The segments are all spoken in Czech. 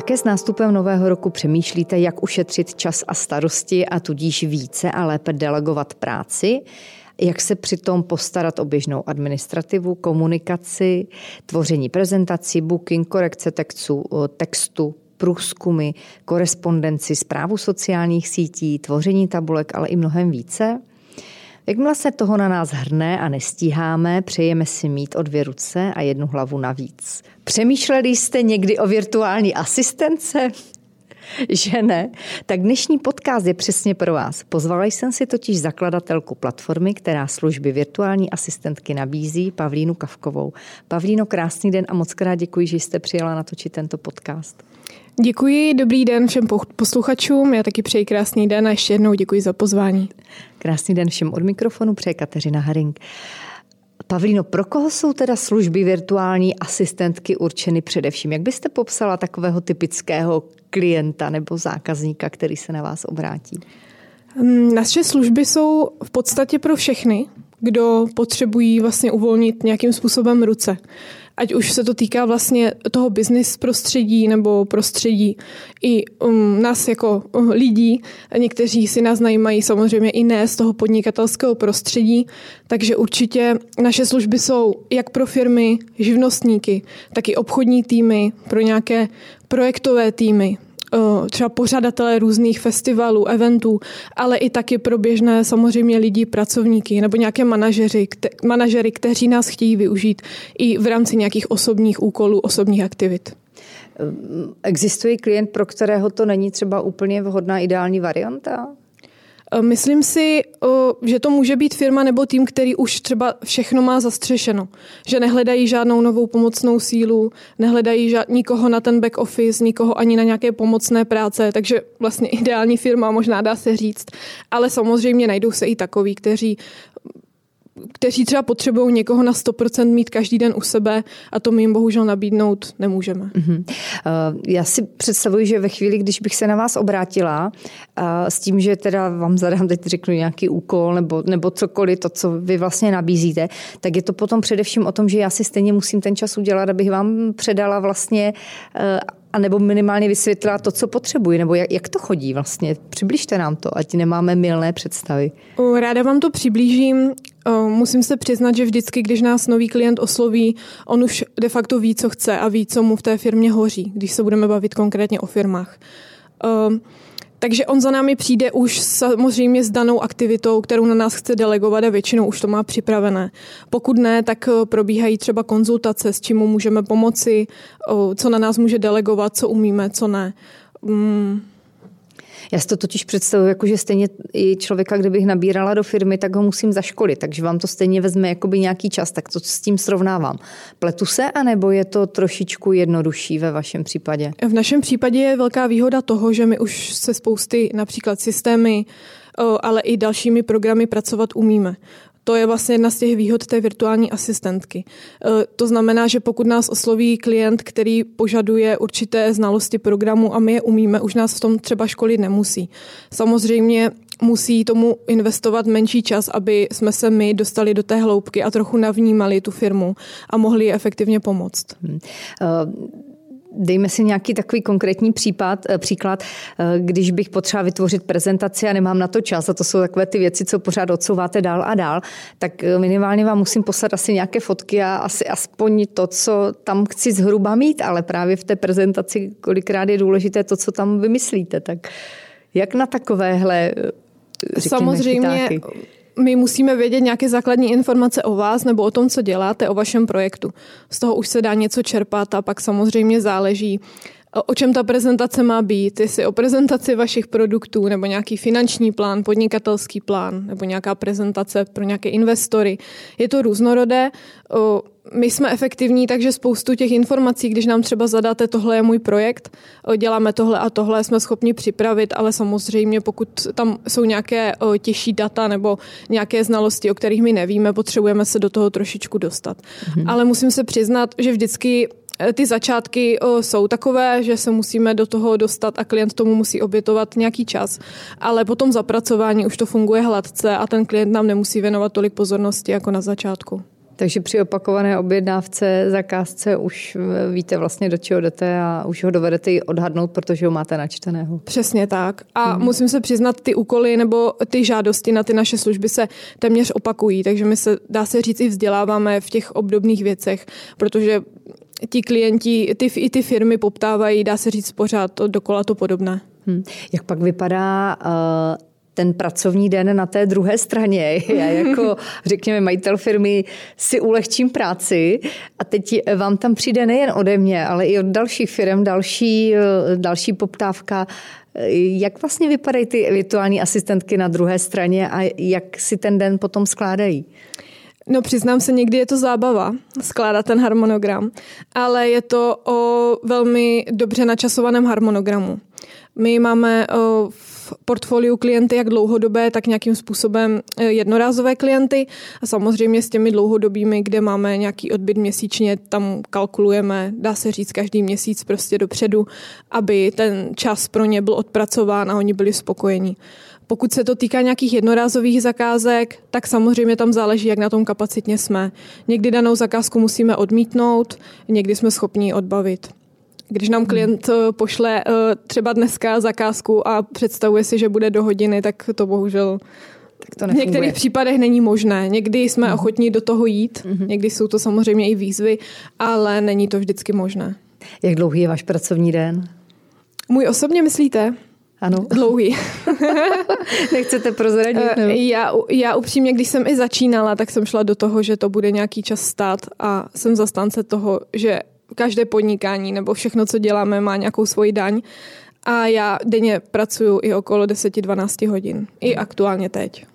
Také s nástupem nového roku přemýšlíte, jak ušetřit čas a starosti a tudíž více a lépe delegovat práci? Jak se přitom postarat o běžnou administrativu, komunikaci, tvoření prezentací, booking, korekce textu, průzkumy, korespondenci, správu sociálních sítí, tvoření tabulek, ale i mnohem více? Jakmile se toho na nás hrne a nestíháme, přejeme si mít o 2 ruce a 1 hlavu navíc. Přemýšleli jste někdy o virtuální asistence? Že ne? Tak dnešní podcast je přesně pro vás. Pozvala jsem si totiž zakladatelku platformy, která služby virtuální asistentky nabízí, Pavlínu Kavkovou. Pavlíno, krásný den a moc krát děkuji, že jste přijela natočit tento podcast. Děkuji, dobrý den všem posluchačům, já taky přeji krásný den a ještě jednou děkuji za pozvání. Krásný den všem od mikrofonu, přeje Kateřina Haring. Pavlíno, pro koho jsou teda služby virtuální asistentky určeny především? Jak byste popsala takového typického klienta nebo zákazníka, který se na vás obrátí? Naše služby jsou v podstatě pro všechny, kdo potřebují vlastně uvolnit nějakým způsobem ruce. Ať už se to týká vlastně toho business prostředí nebo prostředí i nás jako lidí. Někteří si nás najímají samozřejmě i ne z toho podnikatelského prostředí, takže určitě naše služby jsou jak pro firmy, živnostníky, tak i obchodní týmy, pro nějaké projektové týmy, třeba pořadatelé různých festivalů, eventů, ale i taky pro běžné samozřejmě lidi, pracovníky nebo nějaké manažery, kteří nás chtějí využít i v rámci nějakých osobních úkolů, osobních aktivit. Existuje klient, pro kterého to není třeba úplně vhodná ideální varianta? Myslím si, že to může být firma nebo tým, který už třeba všechno má zastřešeno. Že nehledají žádnou novou pomocnou sílu, nehledají nikoho na ten back office, nikoho ani na nějaké pomocné práce, takže vlastně ideální firma možná dá se říct. Ale samozřejmě najdou se i takoví, kteří třeba potřebují někoho na 100% mít každý den u sebe a to my jim bohužel nabídnout nemůžeme. Já si představuji, že ve chvíli, když bych se na vás obrátila s tím, že teda vám zadám, teď řeknu nějaký úkol nebo cokoliv, to, co vy vlastně nabízíte, tak je to potom především o tom, že já si stejně musím ten čas udělat, abych vám předala vlastně a nebo minimálně vysvětlila to, co potřebuji, nebo jak to chodí vlastně. Přibližte nám to, ať nemáme mylné představy. Ráda vám to přiblížím. Musím se přiznat, že vždycky, když nás nový klient osloví, on už de facto ví, co chce a ví, co mu v té firmě hoří, když se budeme bavit konkrétně o firmách. Takže on za námi přijde už samozřejmě s danou aktivitou, kterou na nás chce delegovat a většinou už to má připravené. Pokud ne, tak probíhají třeba konzultace, s čím mu můžeme pomoci, co na nás může delegovat, co umíme, co ne. Já si to totiž představuji, jako že stejně i člověka, kdybych nabírala do firmy, tak ho musím zaškolit, takže vám to stejně vezme jakoby nějaký čas, tak to s tím srovnávám. Pletu se, anebo je to trošičku jednodušší ve vašem případě? V našem případě je velká výhoda toho, že my už se spousty například systémy, ale i dalšími programy pracovat umíme. To je vlastně jedna z těch výhod té virtuální asistentky. To znamená, že pokud nás osloví klient, který požaduje určité znalosti programu a my je umíme, už nás v tom třeba školit nemusí. Samozřejmě musí tomu investovat menší čas, aby jsme se my dostali do té hloubky a trochu navnímali tu firmu a mohli efektivně pomoct. Dejme si nějaký takový konkrétní příklad, když bych potřeba vytvořit prezentaci a nemám na to čas, a to jsou takové ty věci, co pořád odsouváte dál a dál, tak minimálně vám musím poslat asi nějaké fotky a asi aspoň to, co tam chci zhruba mít, ale právě v té prezentaci kolikrát je důležité to, co tam vymyslíte. Tak jak na takovéhle, řekněme, samozřejmě chytáky? My musíme vědět nějaké základní informace o vás nebo o tom, co děláte, o vašem projektu. Z toho už se dá něco čerpat a pak samozřejmě záleží, o čem ta prezentace má být, jestli o prezentaci vašich produktů nebo nějaký finanční plán, podnikatelský plán nebo nějaká prezentace pro nějaké investory. Je to různorodé. My jsme efektivní, takže spoustu těch informací, když nám třeba zadáte, tohle je můj projekt, děláme tohle a tohle, jsme schopni připravit, ale samozřejmě pokud tam jsou nějaké těžší data nebo nějaké znalosti, o kterých my nevíme, potřebujeme se do toho trošičku dostat. Ale musím se přiznat, že vždycky ty začátky jsou takové, že se musíme do toho dostat a klient tomu musí obětovat nějaký čas, ale po tom zapracování už to funguje hladce a ten klient nám nemusí věnovat tolik pozornosti jako na začátku. Takže při opakované objednávce, zakázce už víte vlastně, do čeho jdete a už ho dovedete i odhadnout, protože ho máte načteného. Přesně tak. A musím se přiznat, ty úkoly nebo ty žádosti na ty naše služby se téměř opakují, takže my se, dá se říct, i vzděláváme v těch obdobných věcech, protože ti klienti, i ty firmy poptávají, dá se říct, pořád dokola to podobné. Jak pak vypadá ten pracovní den na té druhé straně? Já jako, řekněme, majitel firmy si ulehčím práci a teď vám tam přijde nejen ode mě, ale i od dalších firm další poptávka. Jak vlastně vypadají ty virtuální asistentky na druhé straně a jak si ten den potom skládají? No, přiznám se, někdy je to zábava skládat ten harmonogram, ale je to o velmi dobře načasovaném harmonogramu. My máme v portfoliu klienty jak dlouhodobé, tak nějakým způsobem jednorázové klienty a samozřejmě s těmi dlouhodobými, kde máme nějaký odbyt měsíčně, tam kalkulujeme, dá se říct, každý měsíc prostě dopředu, aby ten čas pro ně byl odpracován a oni byli spokojení. Pokud se to týká nějakých jednorázových zakázek, tak samozřejmě tam záleží, jak na tom kapacitně jsme. Někdy danou zakázku musíme odmítnout, někdy jsme schopni odbavit. Když nám klient pošle třeba dneska zakázku a představuje si, že bude do hodiny, tak to bohužel v některých případech není možné. Někdy jsme ochotní do toho jít, někdy jsou to samozřejmě i výzvy, ale není to vždycky možné. Jak dlouhý je váš pracovní den? Můj osobně, myslíte? Ano. Dlouhý. Nechcete prozradit? Já upřímně, když jsem i začínala, tak jsem šla do toho, že to bude nějaký čas stát a jsem zastánce toho, že každé podnikání nebo všechno, co děláme, má nějakou svoji daň. A já denně pracuju i okolo 10-12 hodin. I aktuálně teď.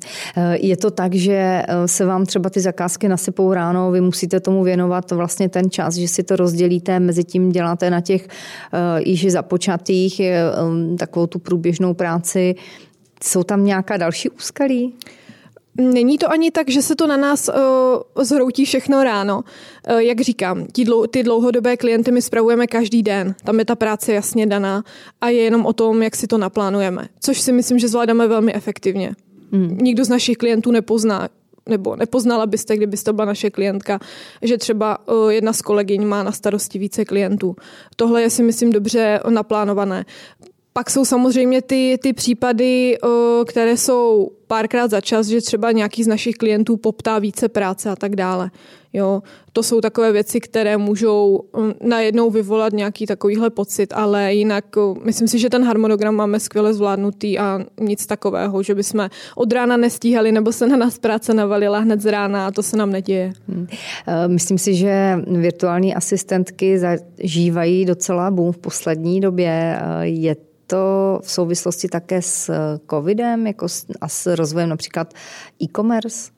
Je to tak, že se vám třeba ty zakázky nasypou ráno, vy musíte tomu věnovat vlastně ten čas, že si to rozdělíte, mezi tím děláte na těch již započatých takovou tu průběžnou práci. Jsou tam nějaká další úskalí? Není to ani tak, že se to na nás zhroutí všechno ráno. Jak říkám, ty dlouhodobé klienty my spravujeme každý den. Tam je ta práce jasně daná a je jenom o tom, jak si to naplánujeme. Což si myslím, že zvládáme velmi efektivně. Nikdo z našich klientů nepozná, nebo nepoznala byste, kdybyste byla naše klientka, že třeba jedna z kolegyň má na starosti více klientů. Tohle je, si myslím, dobře naplánované. Pak jsou samozřejmě ty případy, které jsou párkrát za čas, že třeba nějaký z našich klientů poptá více práce a tak dále. Jo, to jsou takové věci, které můžou najednou vyvolat nějaký takovýhle pocit, ale jinak myslím si, že ten harmonogram máme skvěle zvládnutý a nic takového, že bychom od rána nestíhali nebo se na nás práce navalila hned z rána a to se nám neděje. Myslím si, že virtuální asistentky zažívají docela boom v poslední době. Je to v souvislosti také s covidem a s rozvojem například e-commerce?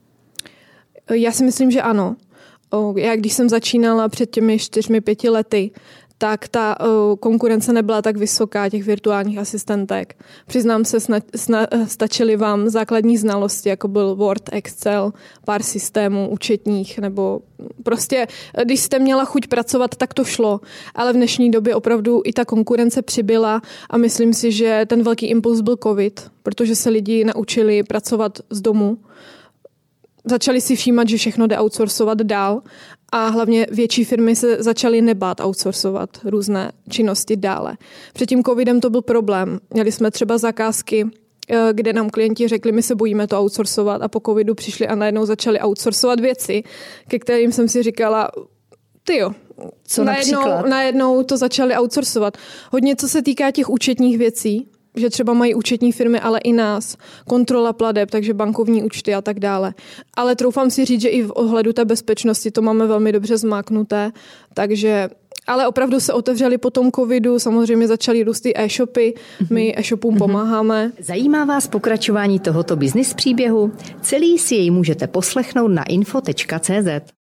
Já si myslím, že ano. Já když jsem začínala před těmi 4-5 lety, tak ta konkurence nebyla tak vysoká těch virtuálních asistentek. Přiznám se, stačily vám základní znalosti, jako byl Word, Excel, pár systémů účetních, nebo prostě, když jste měla chuť pracovat, tak to šlo. Ale v dnešní době opravdu i ta konkurence přibyla a myslím si, že ten velký impuls byl covid, protože se lidi naučili pracovat z domu. Začali si všímat, že všechno jde outsourcovat dál a hlavně větší firmy se začaly nebát outsourcovat různé činnosti dále. Před tím covidem to byl problém. Měli jsme třeba zakázky, kde nám klienti řekli, my se bojíme to outsourcovat a po covidu přišli a najednou začali outsourcovat věci, ke kterým jsem si říkala, tyjo, co najednou to začali outsourcovat. Hodně co se týká těch účetních věcí, že třeba mají účetní firmy, ale i nás, kontrola plateb, takže bankovní účty a tak dále. Ale troufám si říct, že i v ohledu té bezpečnosti to máme velmi dobře zmáknuté, takže ale opravdu se otevřeli po tom covidu, samozřejmě začaly růst i e-shopy, my e-shopům pomáháme. Zajímá vás pokračování tohoto business příběhu? Celý si jej můžete poslechnout na info.cz.